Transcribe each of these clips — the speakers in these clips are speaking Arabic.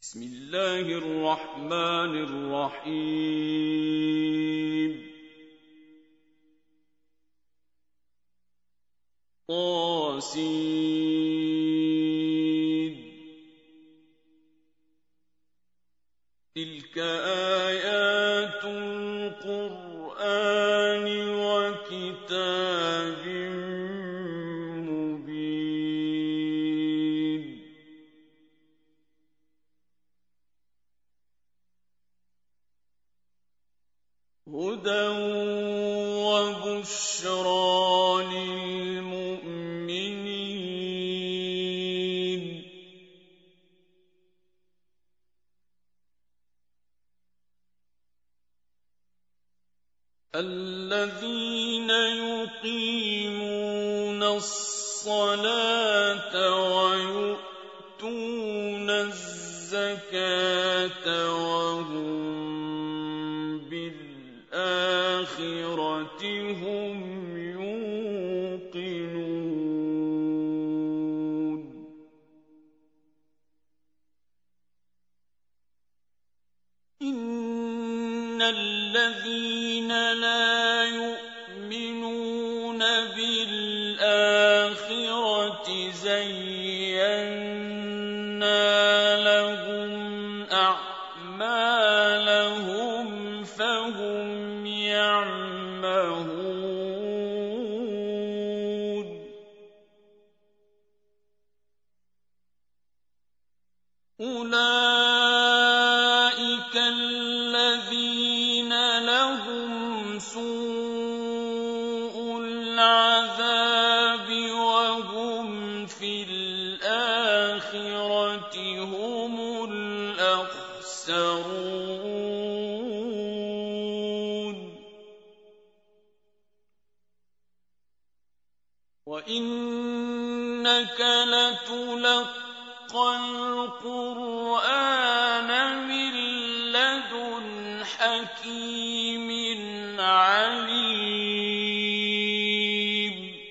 بسم الله الرحمن الرحيم طاسين تلك آيات القرآن وكتاب مبين هدى وبشرى للمؤمنين الذين يقيمون الصلاة ويؤتون الزكاة وهم بالآخرة هم يوقنون إن الذين لا يؤمنون بالآخرة زينا لهم أعمالهم فهم يعمهون أولئك الذين لهم سوء العذاب وهم في الآخرة هم الأخسرون وإنك لتلقى القرآن من لدن حكيم عليم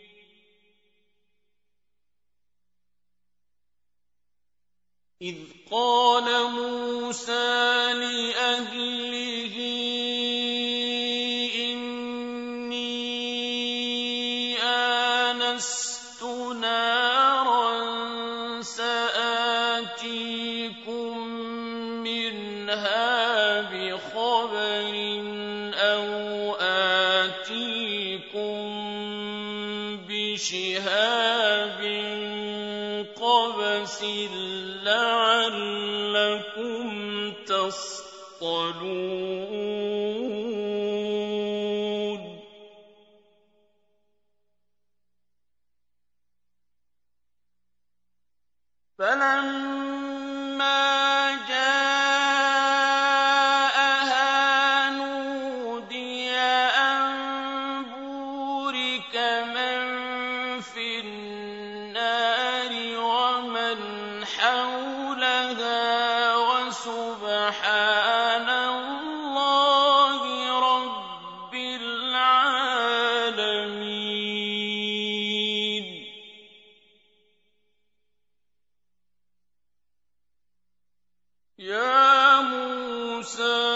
إذ قال موسى لأهله إني آنست نارا سآتيكم منها بخبر أو آتيكم بشهاب قبس لعلكم تصطلون فلما جاءها نودي أن بورك من في النار ومن حولها وسبحان الله رب العالمين يا موسى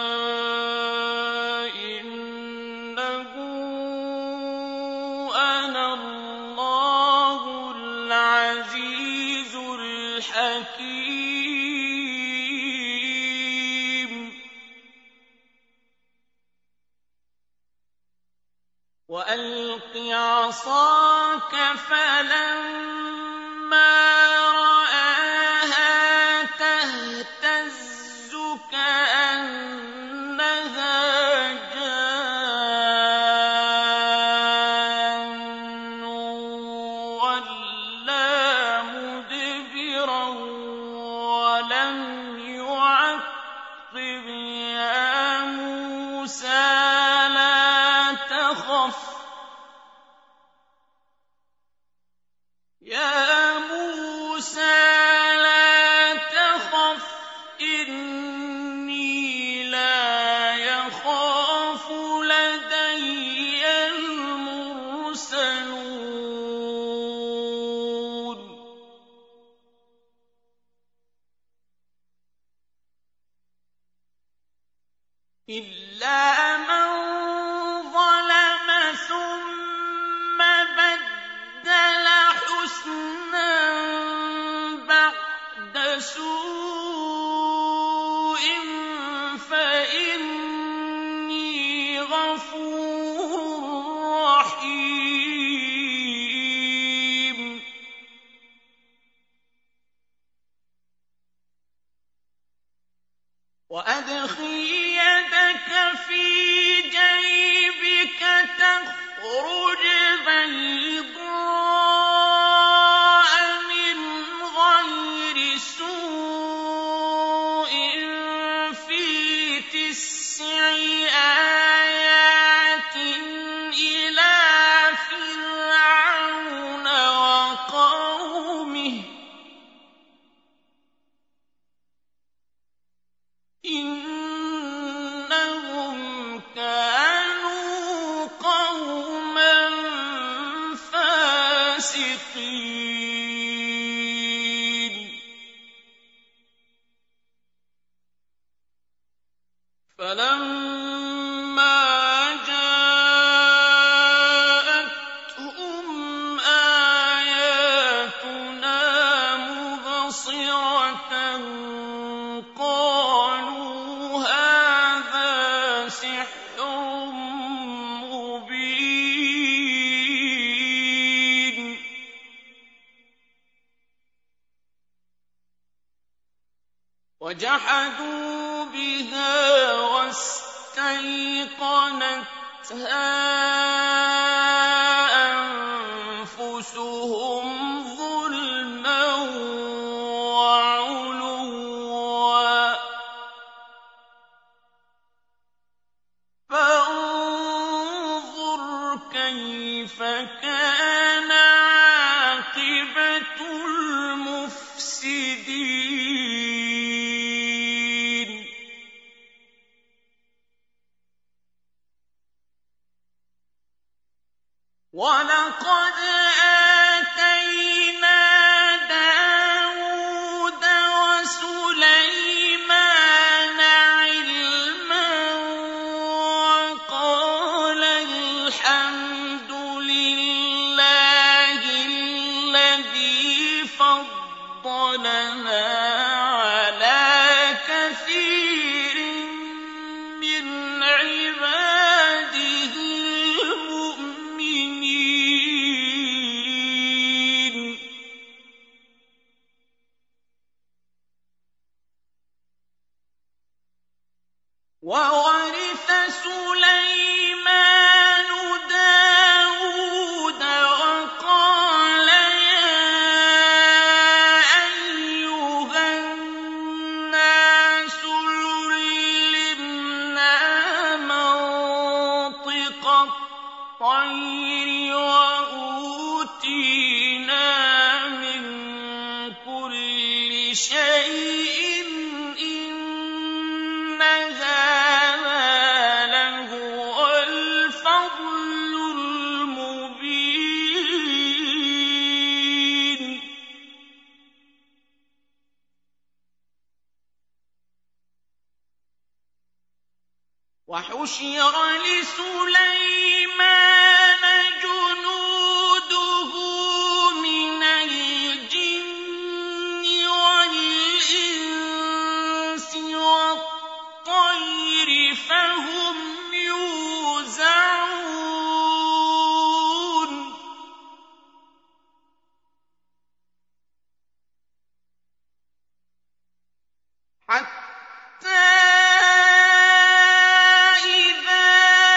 إنه أنا الله العزيز الحكيم وألق عصاك فلما رآها تهتز كأنها جان ولا مدبرا ولم يعقب يا موسى لا تخف يا موسى إِلَّا مَن ظَلَمَ ثُمَّ بَدَّلَ حُسْنًا بَعْدَ سُوءٍ فَإِنِّي غَفُورٌ رَّحِيمٌ وَأَدْخِلْ يَدَكَ فِي جَيْبِكَ تَخْرُجْ بَيْضَاءَ مِنْ غَيْرِ سُوءٍ فِي 9 آيَاتٍ إِلَىٰ فِرْعَوْنَ وَقَوْمِهِ إِنَّهُمْ كَانُوا قَوْمًا فَاسِقِينَ فَلَمَّا جَاءَتْهُمْ آيَاتُنَا مُبْصِرَةً قَالُوا هَٰذَا سِحْرٌ مُّبِينٌ وَجَحَدُوا بِهَا وَاسْتَيْقَنَتْهَا أَنفُسُهُمْ ظُلْمًا وَعُلُوًّا فَانظُرْ كَيْفَ كَانَ عَاقِبَةُ الْمُفْسِدِينَ وَلَقَدْ آتَيْنَا دَاوُودَ وَسُلَيْمَانَ عِلْمًا وَقَالَ الْحَمْدُ لِلَّهِ الَّذِي فَضَّلَنَا عَلَىٰ كَثِيرٍ مِّنْ عِبَادِهِ الْمُؤْمِنِينَ وَوَرِثَ سُلَيْمَانُ دَاوُودَ وَقَالَ يَا أَيُّهَا النَّاسُ عُلِّمْنَا مَنطِقَ الطَّيْرِ وَأُوتِينَا مِن كُلِّ شَيْءٍ إِنَّ هَٰذَا لَهُوَ الْفَضْلُ الْمُبِينُ وَحُشِرَ لِسُلَيْمَانَ جُنُودُهُ مِنَ الْجِنِّ وَالْإِنسِ وَالطَّيْرِ فَهُمْ يُوزَعُونَ حَتَّىٰ إِذَا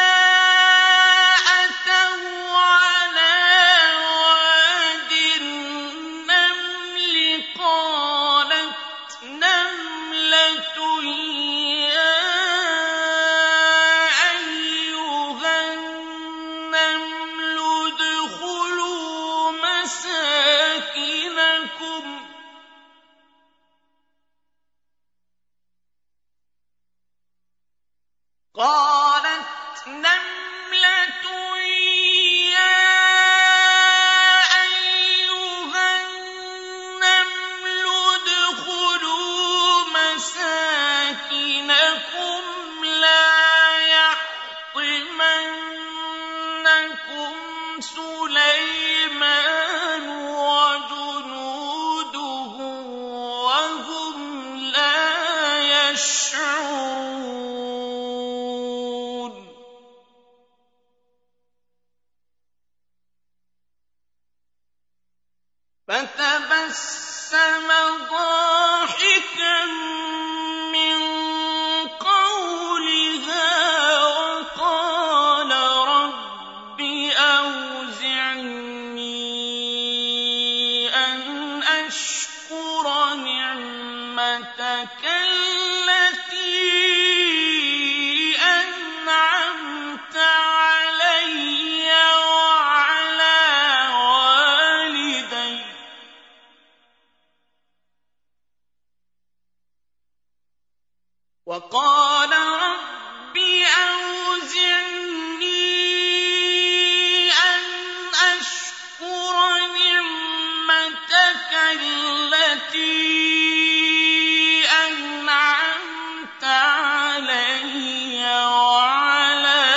أَتَوْا عَلَىٰ وَادِ النَّمْلِ قَالَتْ نَمْلَةٌ يَا أَيُّهَا النَّمْلُ ادْخُلُوا مَسَاكِنَكُمْ لَا نِعْمَتَكَ الَّتِي أَنْعَمْتَ عَلَيَّ وَعَلَىٰ وَالِدَيَّ وَقَالَ رَبِّ أَوْزِعْنِي أَنْ أَشْكُرَ نِعْمَتَكَ الَّتِي أَنْعَمْتَ عَلَيَّ وَعَلَىٰ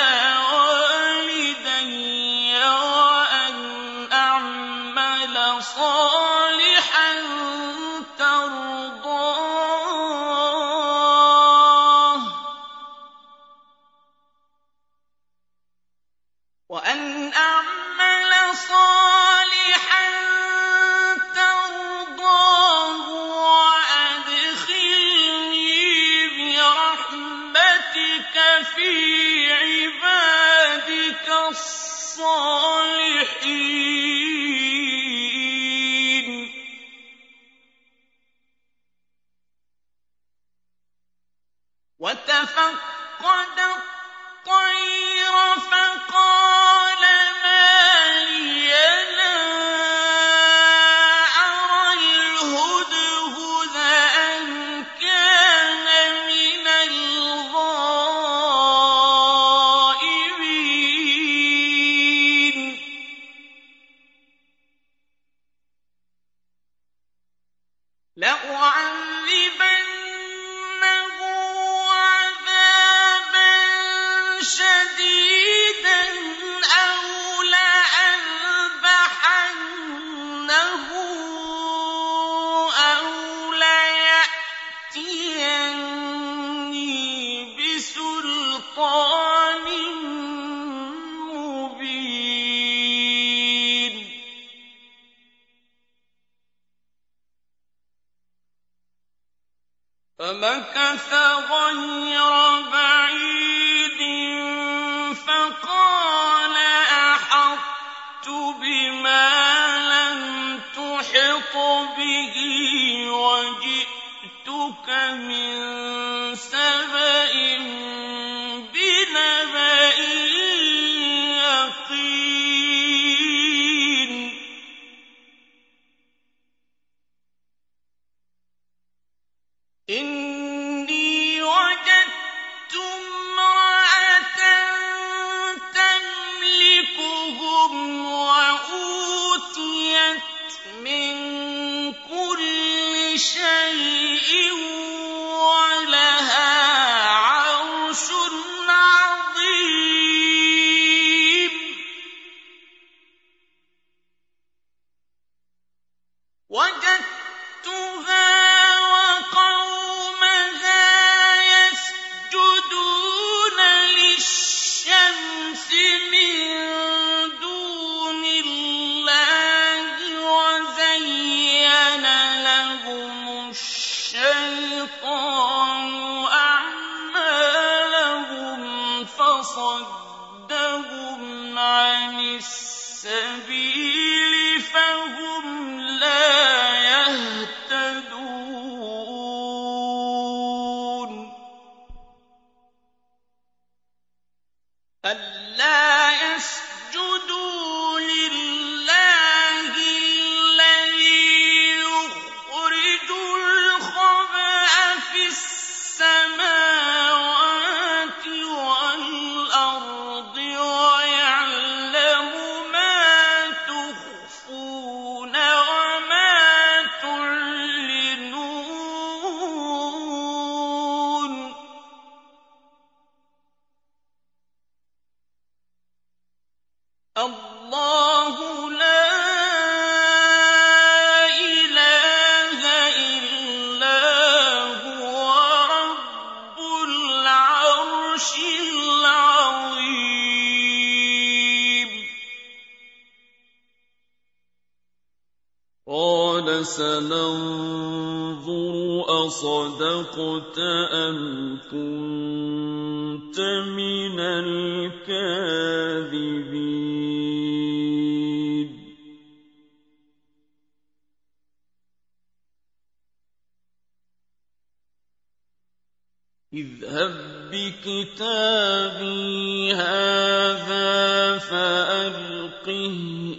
وَالِدَيَّ وَأَنْ أَعْمَلَ صَالِحًا تَرْضَاهُ وَأَدْخِلْنِي بِرَحْمَتِكَ فِي عِبَادِكَ الصَّالِحِينَ وَتَفَقَّدَ الطَّيْرَ فَقَالَ مَا لِيَ لَا أَرَى الْهُدْهُدَ أَمْ كَانَ مِنَ الْغَائِبِينَ لَأُعَذِّبَنَّهُ عَذَابًا شَدِيدًا أَوْ لَأَذْبَحَنَّهُ أَوْ لَيَأْتِيَنِّي بِسُلْطَانٍ مُّبِينٍ فَمَكَثَ غَيْرَ بَعِيدٍ فَقَالَ أَحَطتُ بِمَا لَمْ تُحِطْ بِهِ وَجِئْتُكَ مِن سَبَإٍ بِنَبَإٍ يَقِينٍ إِنِّي وَجَدتُّ امْرَأَةً تَمْلِكُهُمْ وَأُوتِيَتْ مِن كُلِّ شَيْءٍ وَلَهَا عَرْشٌ عَظِيمٌ وَجَدتُّهَا وَقَوْمَهَا يَسْجُدُونَ لِلشَّمْسِ مِن دُونِ اللَّهِ وَزَيَّنَ لَهُمُ الشَّيْطَانُ أَعْمَالَهُمْ فَصَدَّهُمْ عَنِ السَّبِيلِ فَهُمْ لَا يَهْتَدُونَ أَلَّا يَسْجُدُوا لِلَّهِ الَّذِي يُخْرِجُ الْخَبْءَ فِي السَّمَاوَاتِ وَالْأَرْضِ وَيَعْلَمُ مَا تُخْفُونَ وَمَا تُعْلِنُونَ اللَّهُ لَا إِلَٰهَ إِلَّا هُوَ رَبُّ الْعَرْشِ الْعَظِيمِ قَالَ سَنَنظُرُ أَصَدَقْتَ أَمْ كُنتَ مِنَ الْكَاذِبِينَ اذهب بكتابي هذا فألقه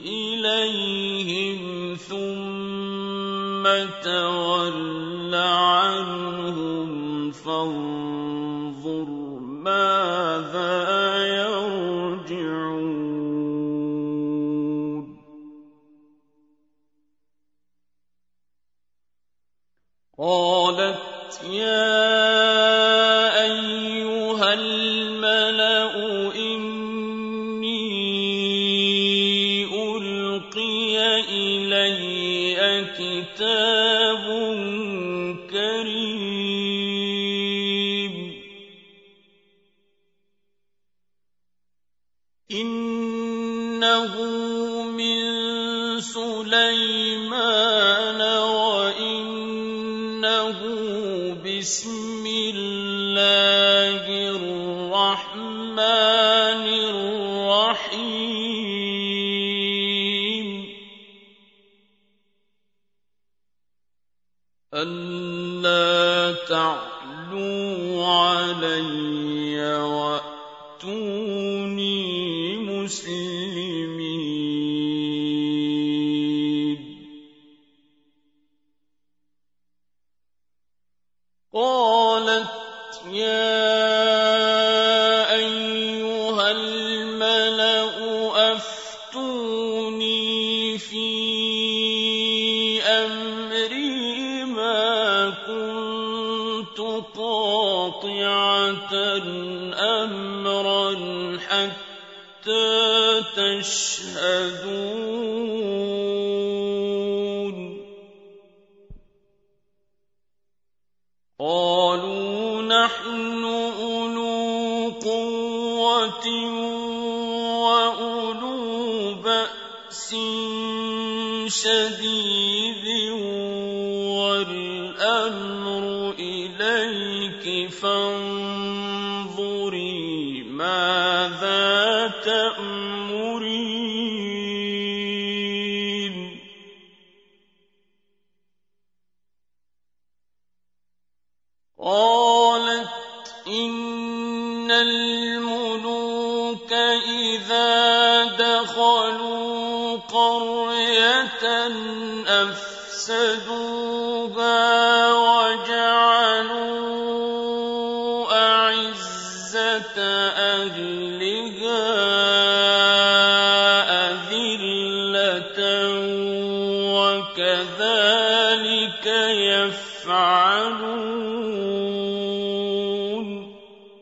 إليهم ثم تول عنهم فانظر ماذا يرجعون قالت يا أيها الملأ إني ألقي إلي كتاب كريم إنه من سليمان وإنه بسم الله الرحمن الرحيم ألا تعلوا علي وأتوني مسلمين قالت يا أيها الملأ أفتوني في أمري ما كنت قاطعة أمرا حتى تشهدون قالوا نحن أولو قوة وأولو بأس شديد والأمر إليك فانظري ماذا تأمرين قالت إن الملوك إذا دخلوا قرية أفسدوها وجعلوا أعزة أهلها أذلة وكذلك يفعلون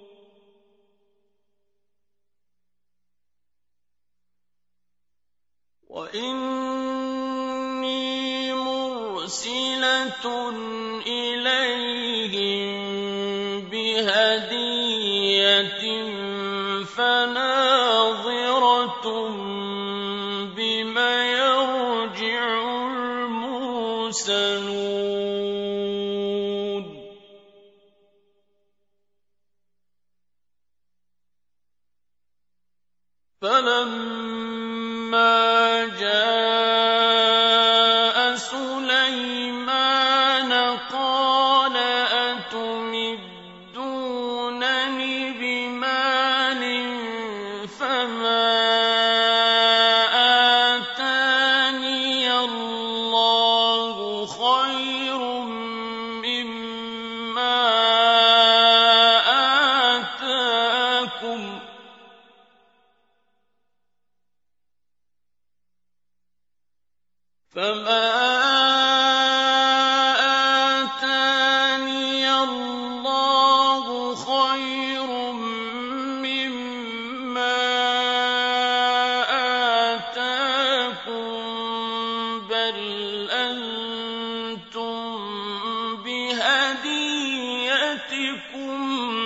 وإني مرسلة إليهم بهدية فناظرة بما يرجع المرسلون فلما جاء سليمان قال أتمدونني بمال فما آتاني الله خير مما آتاكم بل أنتم بهديتكم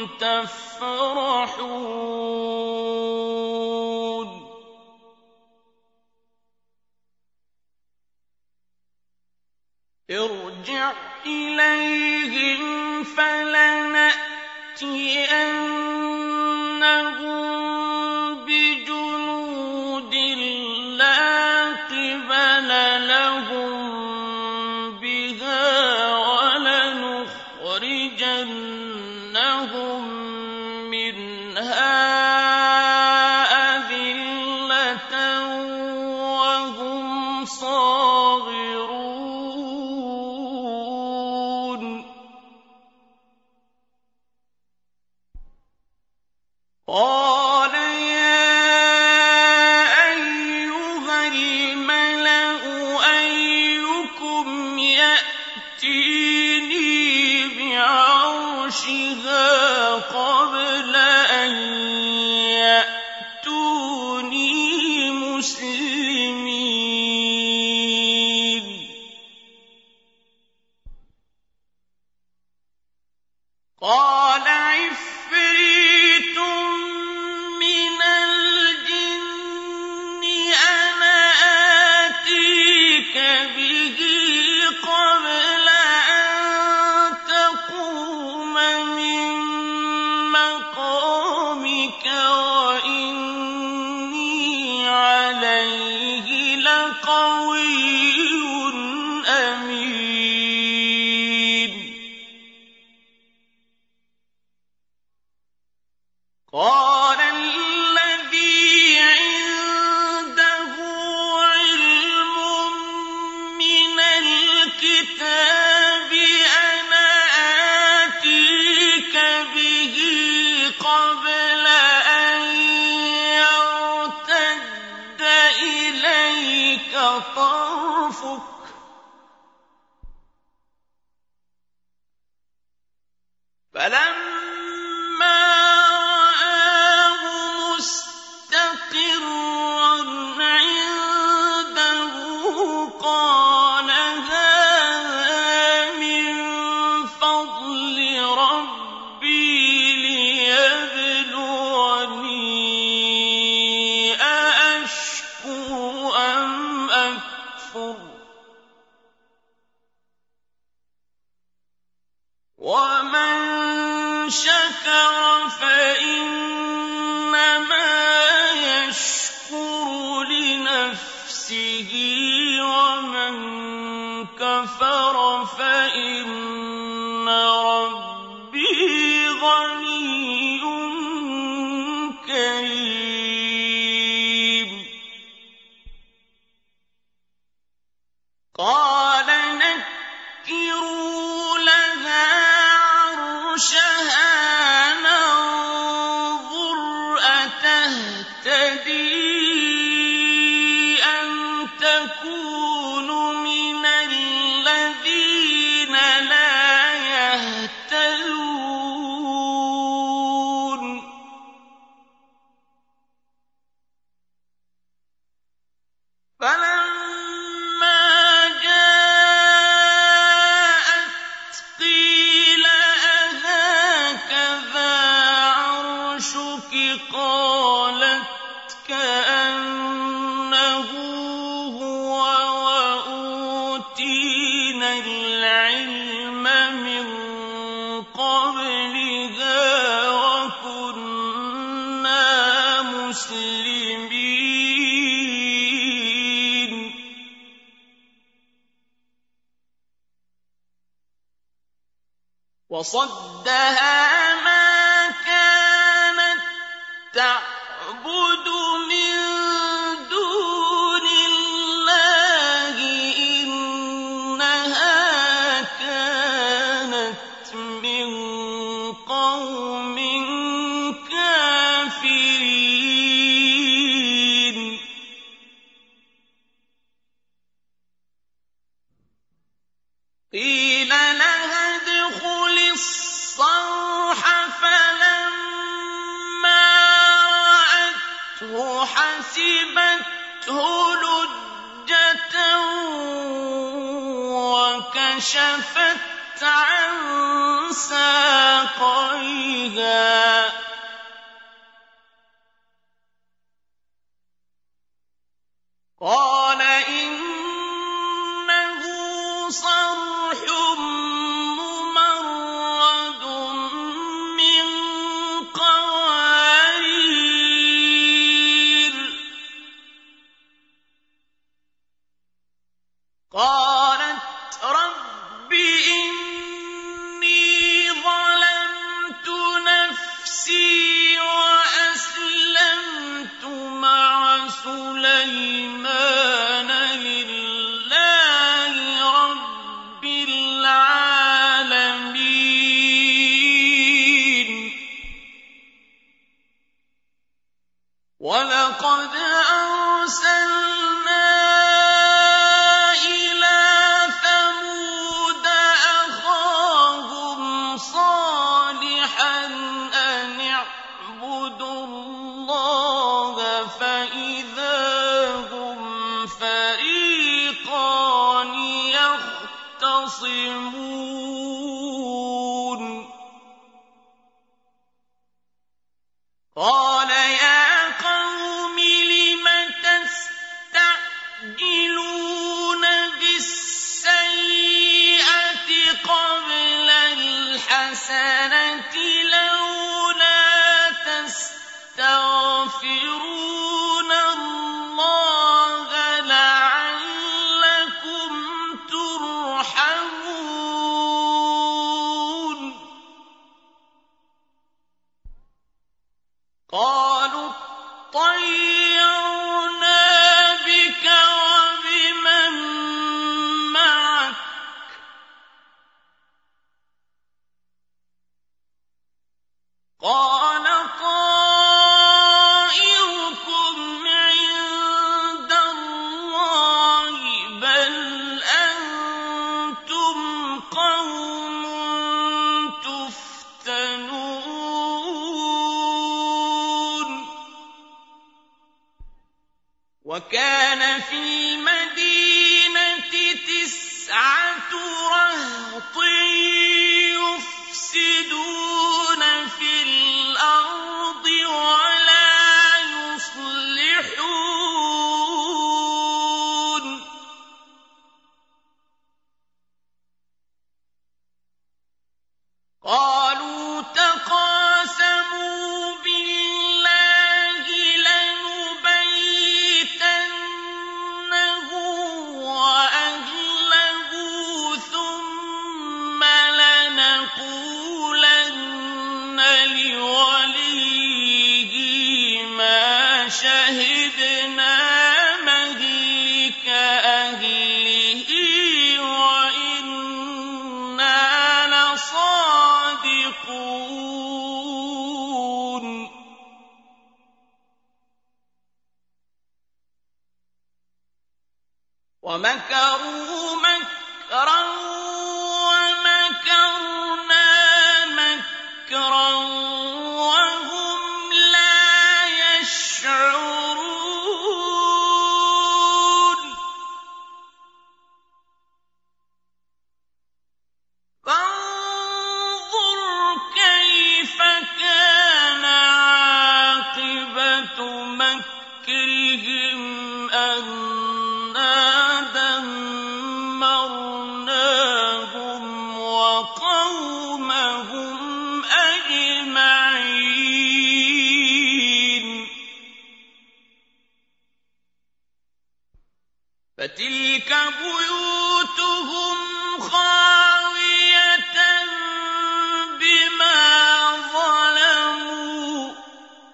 تفرحون ارجع إليهم فلنأتينهم بجنود لا قبل لهم بها ولنخرجنهم لهم منها أذلة وهم صاغرون قال يا أيها الملأ أيكم يأتيني بعرشها قبل أن يأتوني مسلمين قال عفريت من الجن أنا آتيك به قبل أن تقوم من مقامك وإني عليه لقوي أمين قال الذي عنده علم من الكتاب أنا آتيك به قبل أن يرتد إليك طرفك فلما رآه مستقرا عنده قال هذا من فضل ربي ليبلوني أأشكر أم أكفر ومن شكر فإنما يشكر لنفسه ومن كفر فإن ربي غني كريم قال نكروا لها عرشها ننظر أتهتدي أم تكون من الذين لا يهتدون فلما جاءت قيل أهكذا عرشك قالت كأنه هو وأوتينا العلم من قبلها وكنا مسلمين وصدها ما كانت تعبد من دون الله إنها كانت من قوم كافرين قيل لها ادخل الصرح فلما رأته حسبته لجة وكشفت عن ساقيها قال إنه صرح ممرد من قوارير قالت رب إني ظلمت وَلَقَدْ أَرْسَلْنَا إِلَىٰ ثَمُودَ أَخَاهُمْ صَالِحًا أَنِ اعْبُدُوا اللَّهَ فَإِذَا هُمْ فَرِيقَانِ يَخْتَصِمُونَ قَالَ يَا قَوْمِ لِمَ تَسْتَعْجِلُونَ بِالسَّيِّئَةِ قَبْلَ الْحَسَنَةِ لَوْلَا تَسْتَغْفِرُونَ اللَّهَ لَعَلَّكُمْ تُرْحَمُونَ قَالُوا اطَّيَّرْنَا بِكَ وَبِمَن مَّعَكَ ۚ قَالَ طَائِرُكُمْ عِندَ اللَّهِ ۖ بَلْ أَنتُمْ قَوْمٌ تُفْتَنُونَ وَكَانَ فِي الْمَدِينَةِ 9 رَهْطٍ يُفْسِدُونَ فِي الْأَرْضِ وَلَا يُصْلِحُونَ قَالُوا تَقَاسَمُوا بِاللَّهِ لَنُبَيِّتَنَّهُ وَأَهْلَهُ ثُمَّ لَنَقُولَنَّ لِوَلِيِّهِ مَا شَهِدْنَا مَهْلِكَ أَهْلِهِ وَإِنَّا لَصَادِقُونَ وَمَكَرُوا مَكْرًا وَمَكَرْنَا مَكْرًا وَهُمْ لَا يَشْعُرُونَ فَانظُرْ كَيْفَ كَانَ عَاقِبَةُ مَكْرِهِمْ أَنَّا دَمَّرْنَاهُمْ وَقَوْمَهُمْ أَجْمَعِينَ فَتِلْكَ بُيُوتُهُمْ خَاوِيَةً بِمَا ظَلَمُوا ۗ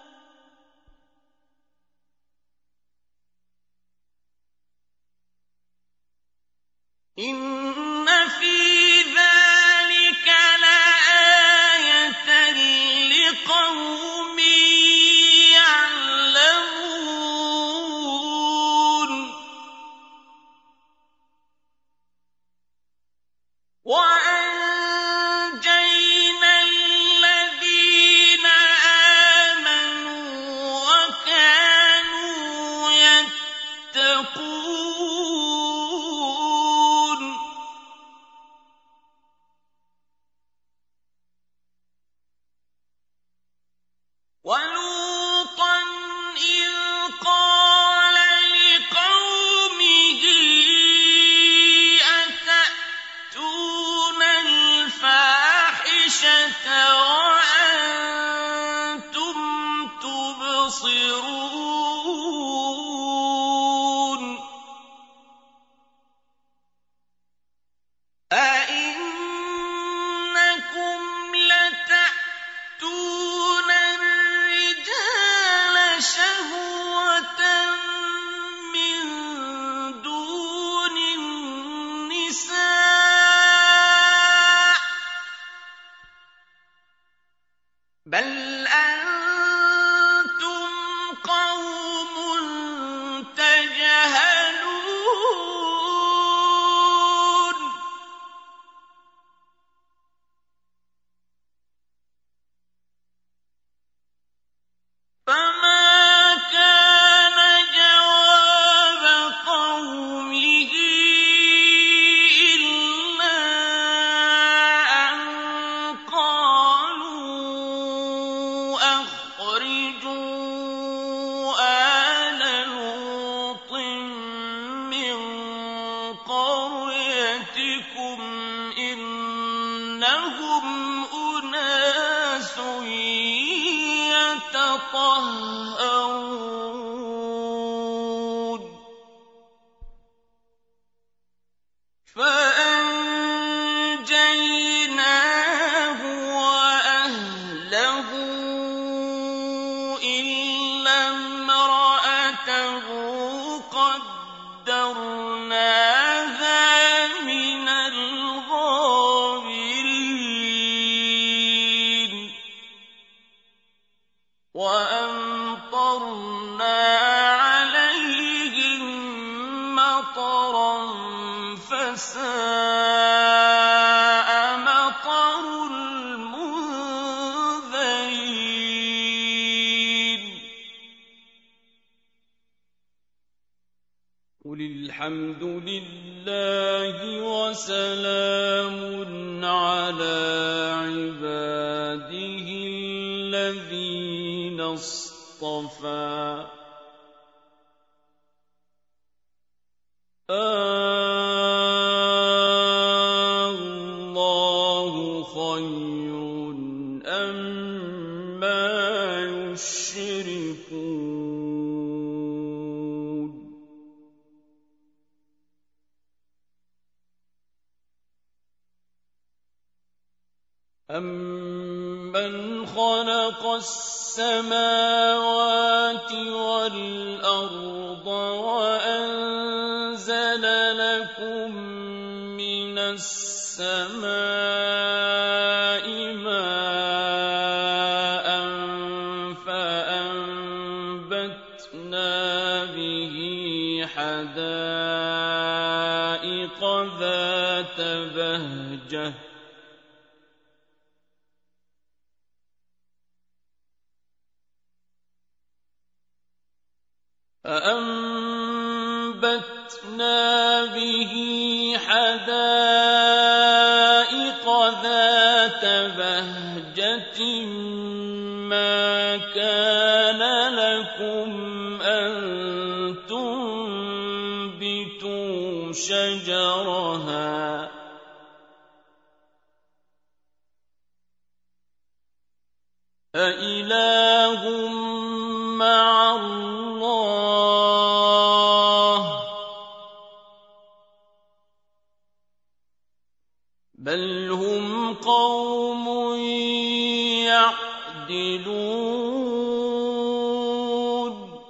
إِنَّ فِي ذَٰلِكَ لَآيَةً لِّقَوْمٍ يَعْلَمُونَ وَأَنجَيْنَا الَّذِينَ آمَنُوا وَكَانُوا يَتَّقُونَ وَلُوطًا إِذْ قَالَ لِقَوْمِهِ أَتَأْتُونَ الْفَاحِشَةَ وَأَنتُمْ تُبْصِرُونَ أَئِنَّكُمْ لَتَأْتُونَ الرِّجَالَ شَهْوَةً مِّن دُونِ النِّسَاءِ ۚ بَلْ أَنتُمْ قَوْمٌ يَتَطَهَّرُونَ فَأَنجَيْنَاهُ وَأَهْلَهُ إِلَّا امْرَأَتَهُ قَدَّرْنَاهَا مِنَ الْغَابِرِينَ وَأَمْطَرْنَا عَلَيْهِم مَّطَرًا فَسَاءَ مَطَرُ الْمُنذَرِينَ قُلِ الْحَمْدُ لِلَّهِ وَسَلَامٌ عَلَىٰ عِبَادِهِ الَّذِينَ اصْطَفَىٰ اللَّهُ خَيْرٌ أَمَّا يُشْرِكُونَ أَمَّنْ خَلَقَ السَّمَاوَاتِ وَالْأَرْضَ وَأَنزَلَ لَكُم مِّنَ السَّمَاءِ مَاءً فَأَنبَتْنَا بِهِ حَدَائِقَ ذَاتَ بَهْجَةٍ ما كان لكم أن تنبتوا شجرها أإله مع الله بل هم قوم يعدلون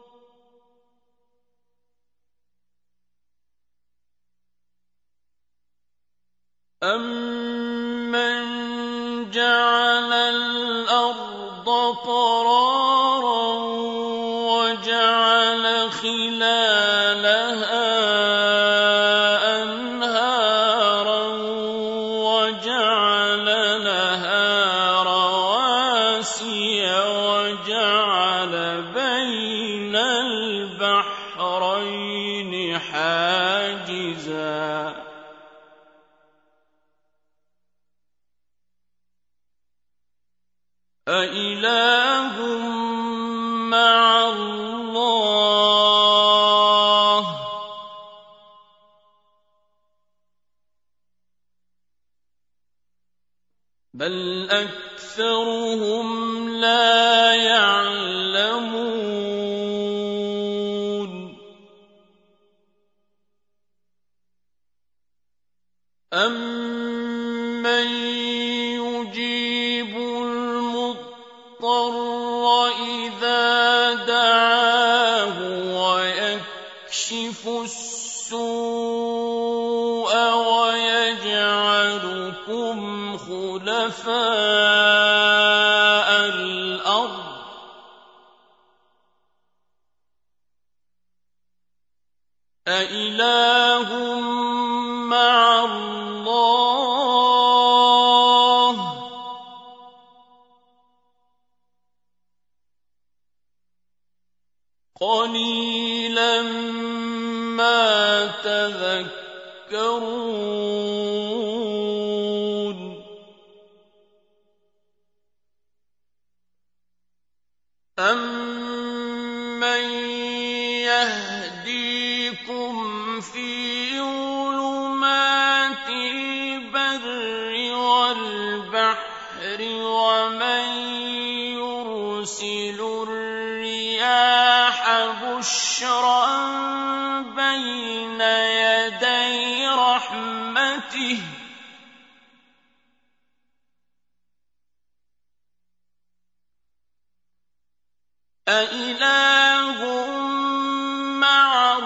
أَمَّنْ جَعَلَ الْأَرْضَ قَرَارًا وَجَعَلَ خِلَالَهَا أَنْهَارًا وَجَعَلَ لَهَا رَوَاسِيَ وَجَعَلَ بَيْنَ الْبَحْرَيْنِ حَاجِزًا أإله مع الله بل أكثرهم لا يعلمون أَمَّن يُجِيبُ المضطر إذا دعاه ويكشف السوء ويجعلكم خلفاء الأرض أإله مع الله قليلا ما تذكرون أَمَّن يَهْدِيكُمْ فِي ظُلُمَاتِ الْبَرِّ وَالْبَحْرِ وَمَن يُرْسِلُ الرِّيَاحَ بُشْرًا بَيْنَ يَدَيْ رَحْمَتِهِ ۚ أَإِلَٰهٌ مَّعَ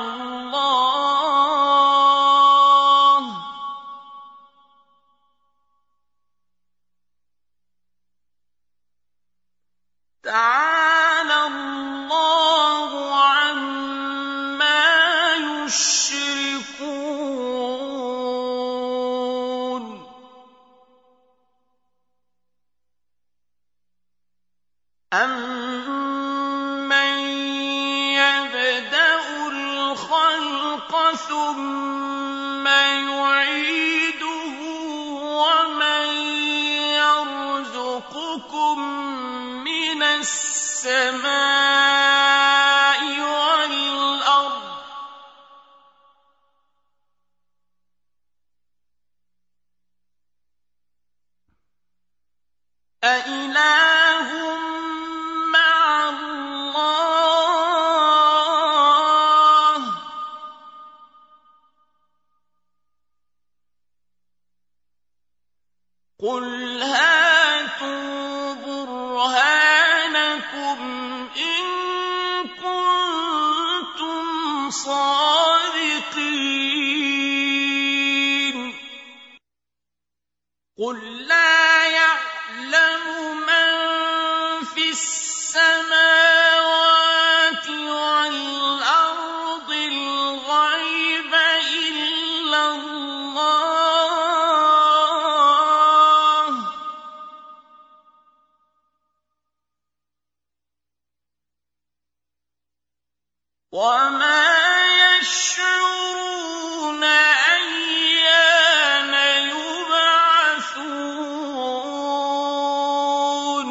اللَّهِ ۚ تَعَالَى اللَّهُ عَمَّا يُشْرِكُونَ أَمَّن يَبْدَأُ الْخَلْقَ ثُمَّ يُعِيدُهُ وَمَن يَرْزُقُكُم مِّنَ السَّمَاءِ وَالْأَرْضِ أَإِلَٰهٌ مَّعَ اللَّهِ ۚ قُلْ هَاتُوا بُرْهَانَكُمْ إِن كُنتُمْ صَادِقِينَ قُل لَّا يَعْلَمُ مَن فِي السَّمَاوَاتِ وَالْأَرْضِ الْغَيْبَ إِلَّا اللَّهُ ۚ وَمَا يَشْعُرُونَ أَيَّانَ يُبْعَثُونَ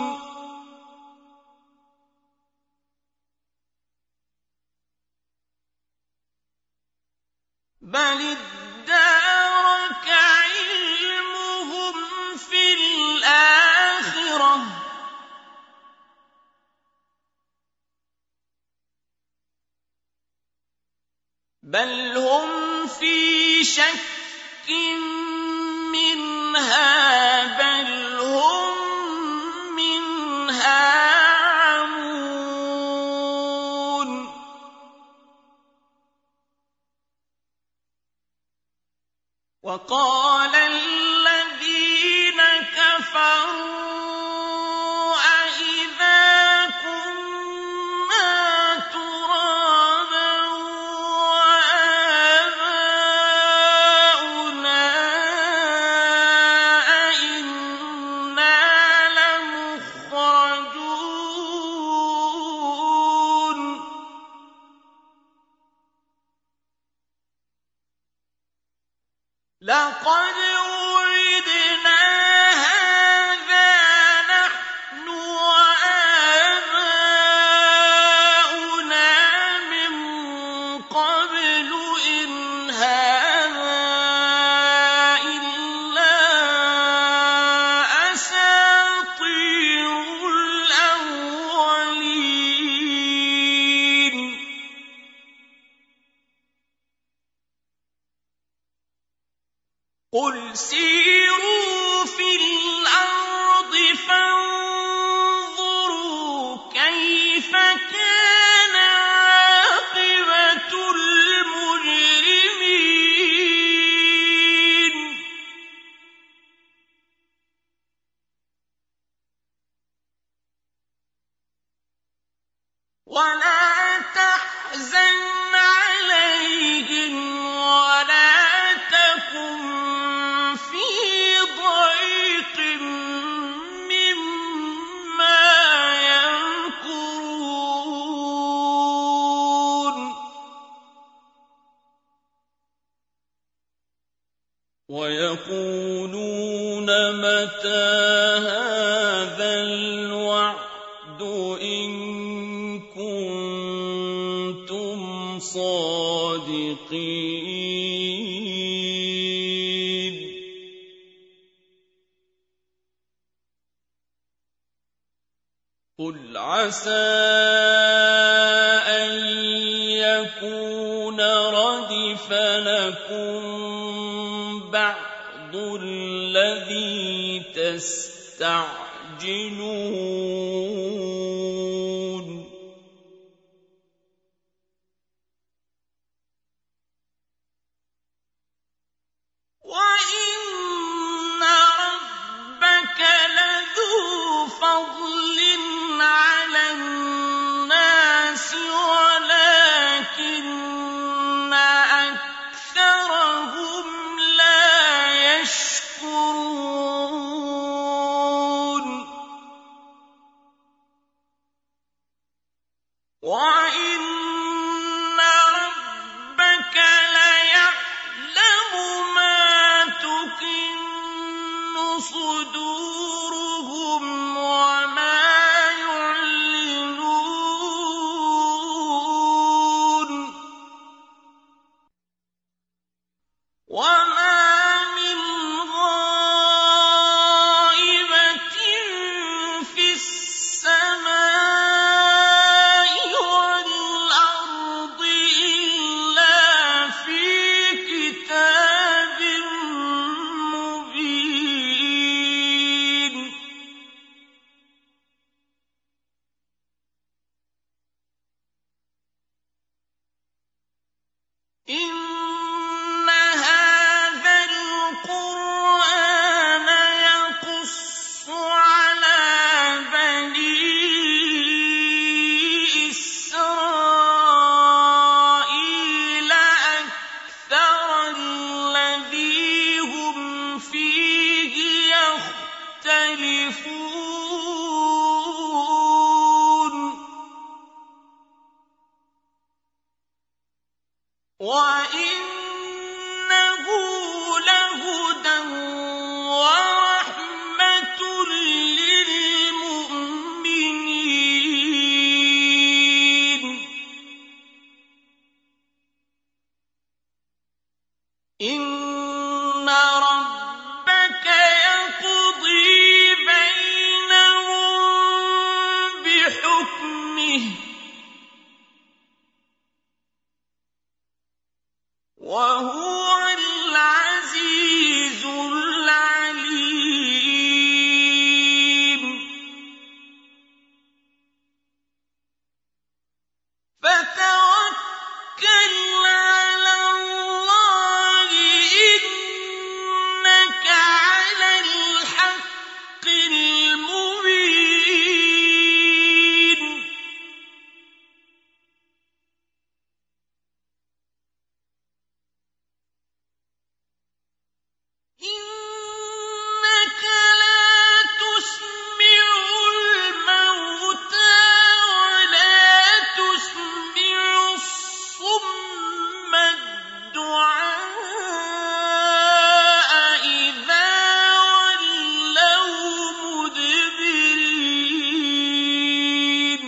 بَلِ ادَّارَكَ عِلْمُهُمْ فِي الْآخِرَةِ ۚ بَلْ هُمْ فِي شَكٍّ مِّنْهَا بَلْ هُم مِّنْهَا عَمُونَ وَقَالَ الَّذِينَ كَفَرُوا أَإِذَا كُنَّا تُرَابًا وَآبَاؤُنَا أَإِنَّا لَمُخْرَجُونَ لَقَدْ وُعِدْنَا هَٰذَا نَحْنُ وَآبَاؤُنَا مِن قَبْلُ إِنْ هَٰذَا إِلَّا أَسَاطِيرُ الْأَوَّلِينَ قُلْ سِيرُوا فِي الْأَرْضِ فَانظُرُوا كَيْفَ كَانَ عَاقِبَةُ الْمُجْرِمِينَ وَلَا تَحْزَنْ عَلَيْهِمْ وَلَا تَكُن فِي ضَيْقٍ مِّمَّا يَمْكُرُونَ وَيَقُولُونَ مَتَىٰ هَٰذَا الْوَعْدُ إِن كُنتُمْ صَادِقِينَ قُلْ عَسَىٰ أَن يَكُونَ رَدِفَ لَكُم بَعْضُ الَّذِي تَسْتَعْجِلُونَ وَإِنَّ رَبَّكَ لَذُو فَضْلٍ عَلَى النَّاسِ وَلَٰكِنَّ أَكْثَرَهُمْ لَا يَشْكُرُونَ وَإِنَّ رَبَّكَ لَيَعْلَمُ مَا تُكِنُّ صُدُورُهُمْ وَمَا يُعْلِنُونَ وَمَا مِنْ غَائِبَةٍ فِي السَّمَاءِ وَالْأَرْضِ إِلَّا فِي كِتَابٍ مُّبِينٍ إِنَّ هَٰذَا الْقُرْآنَ يَقُصُّ عَلَىٰ بَنِي إِسْرَائِيلَ أَكْثَرَ الَّذِي هُمْ فِيهِ يَخْتَلِفُونَ وَإِنَّهُ لَهُدًى وَرَحْمَةٌ لِّلْمُؤْمِنِينَ إِنَّ رَبَّكَ يَقْضِي بَيْنَهُم بِحُكْمِهِ ۚ وَهُوَ الْعَزِيزُ الْعَلِيمُ فَتَوَكَّلْ عَلَى اللَّهِ إِنَّكَ عَلَى الْحَقِّ الْمُبِينِ إِنَّكَ لَا تُسْمِعُ الْمَوْتَىٰ وَلَا تُسْمِعُ الصُّمَّ الدُّعَاءَ إِذَا وَلَّوْا مُدْبِرِينَ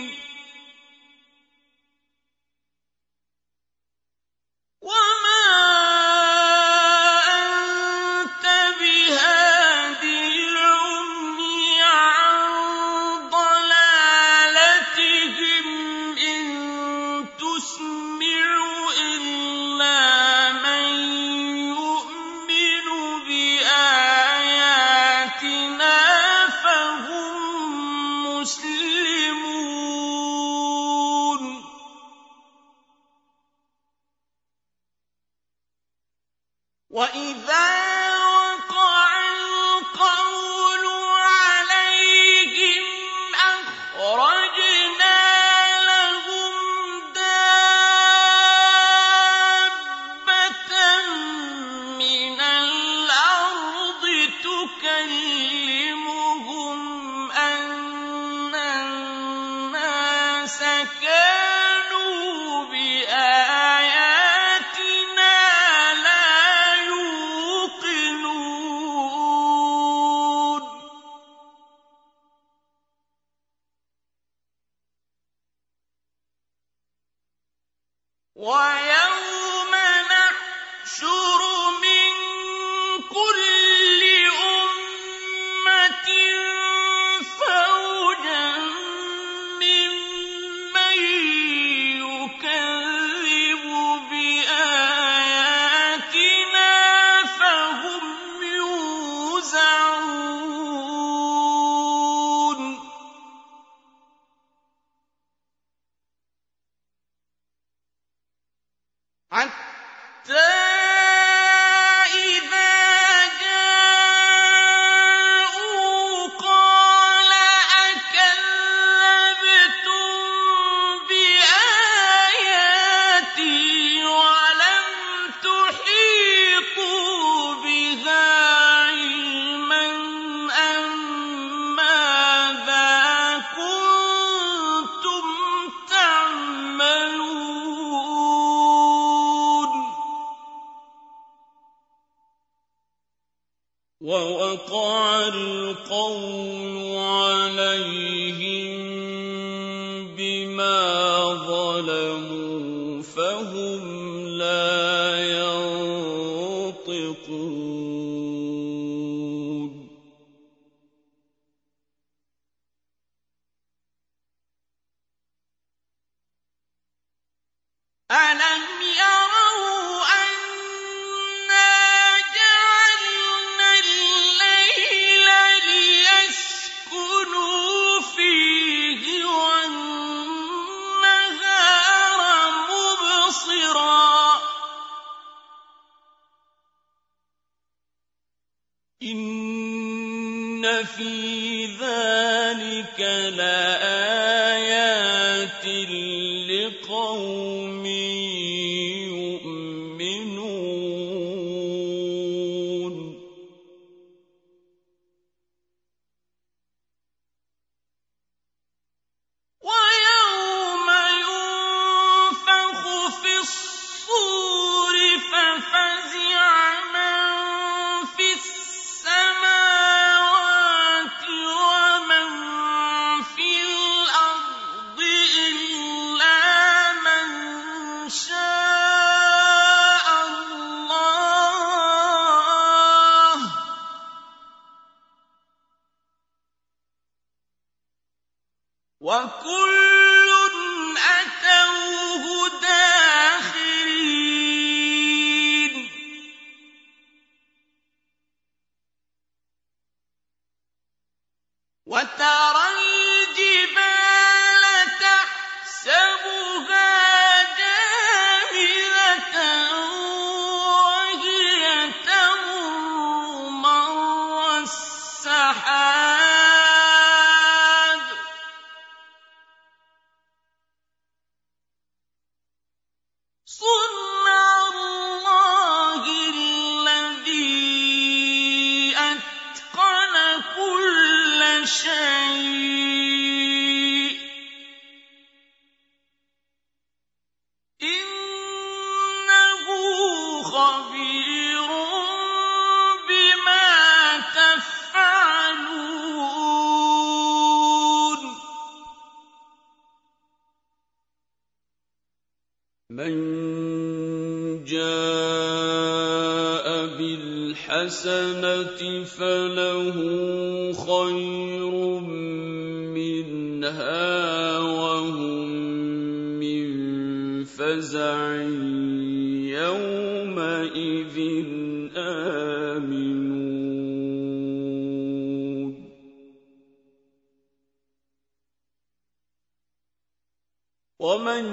وَمَا أَنتَ بِهَادِ الْعُمْيِ عَن ضَلَالَتِهِمْ ۖ إِن تُسْمِعُ إِلَّا مَن يُؤْمِنُ بِآيَاتِنَا فَهُم مُّسْلِمُونَ وَإِذَا وَقَعَ الْقَوْلُ عَلَيْهِمْ أَخْرَجْنَا لَهُمْ دَابَّةً مِّنَ الْأَرْضِ تُكَلِّمُهُمْ أَنَّ النَّاسَ كَانُوا بِآيَاتِنَا لَا يُوقِنُونَ وَيَوْمَ نَحْشُرُ مِن كُلِّ أُمَّةٍ فَوْجًا أَلَمْ يَرَوْا أَنَّا جَعَلْنَا اللَّيْلَ لِيَسْكُنُوا فِيهِ وَالنَّهَارَ مُبْصِرًا ۚ إِنَّ فِي ذَٰلِكَ لَآيَاتٍ لِّقَوْمٍ يُؤْمِنُونَ وَيَوْمَ يُنفَخُ فِي الصُّورِ فَفَزِعَ مَن فِي السَّمَاوَاتِ وَمَن فِي الْأَرْضِ إِلَّا مَن شَاءَ اللَّهُ ۚ وَكُلٌّ أَتَوْهُ دَاخِرِينَ وَتَرَى الْجِبَالَ تَحْسَبُهَا جَامِدَةً وَهِيَ تَمُرُّ مَرَّ السَّحَابِ ۚ صُنْعَ اللَّهِ الَّذِي أَتْقَنَ كُلَّ شَيْءٍ ۚ إِنَّهُ خَبِيرٌ بِمَا تَفْعَلُونَ مَن جَاءَ بِالْحَسَنَةِ فَلَهُ خَيْرٌ مِّنْهَا وَهُم مِّن فَزَعٍ يَوْمَئِذٍ آمِنُونَ وَمَن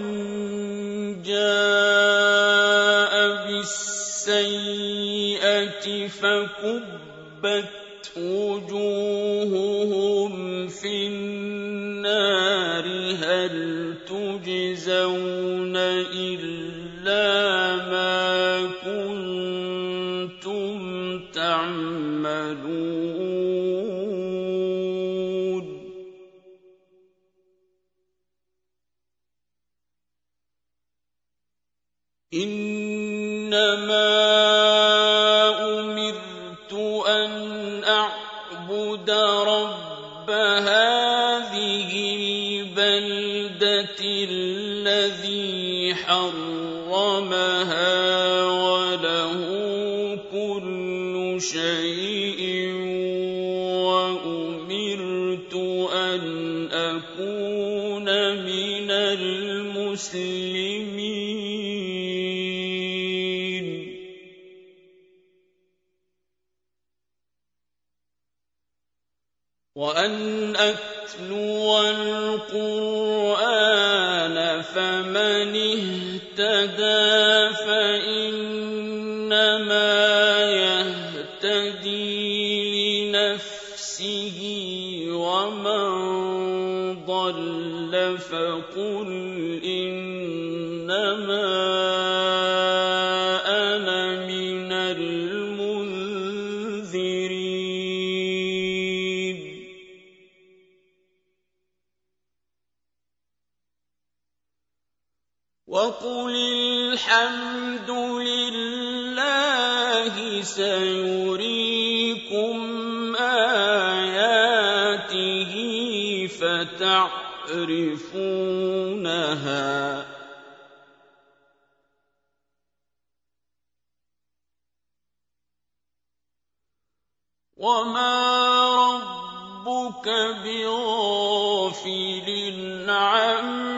جَاءَ بِالسَّيِّئَةِ فَكُبَّتْ وُجُوهُهُمْ فِي النَّارِ هَلْ تُجْزَوْنَ إِلَّا مَا كُنتُمْ تَعْمَلُونَ إِنَّمَا أُمِرْتُ أَنْ أَعْبُدَ رَبَّ هَٰذِهِ الْبَلْدَةِ الَّذِي حَرَّمَهَا وَلَهُ كُلُّ شَيْءٍ وَأُمِرْتُ أَنْ أَكُونَ مِنَ الْمُسْلِمِينَ وَأَنْ أَتْلُوَ الْقُرْآنَ فَمَنِ اهْتَدَىٰ فَإِنَّمَا يَهْتَدِي لِنَفْسِهِ وَمَن ضَلَّ فَقُلْ إِنَّمَا أَنَا مِنَ الْمُنذِرِينَ وَقُلِ الْحَمْدُ لِلَّهِ سَيُرِيكُمْ آيَاتِهِ فَتَعْرِفُونَهَا ۚ وَمَا رَبُّكَ بِغَافِلٍ عَمَّا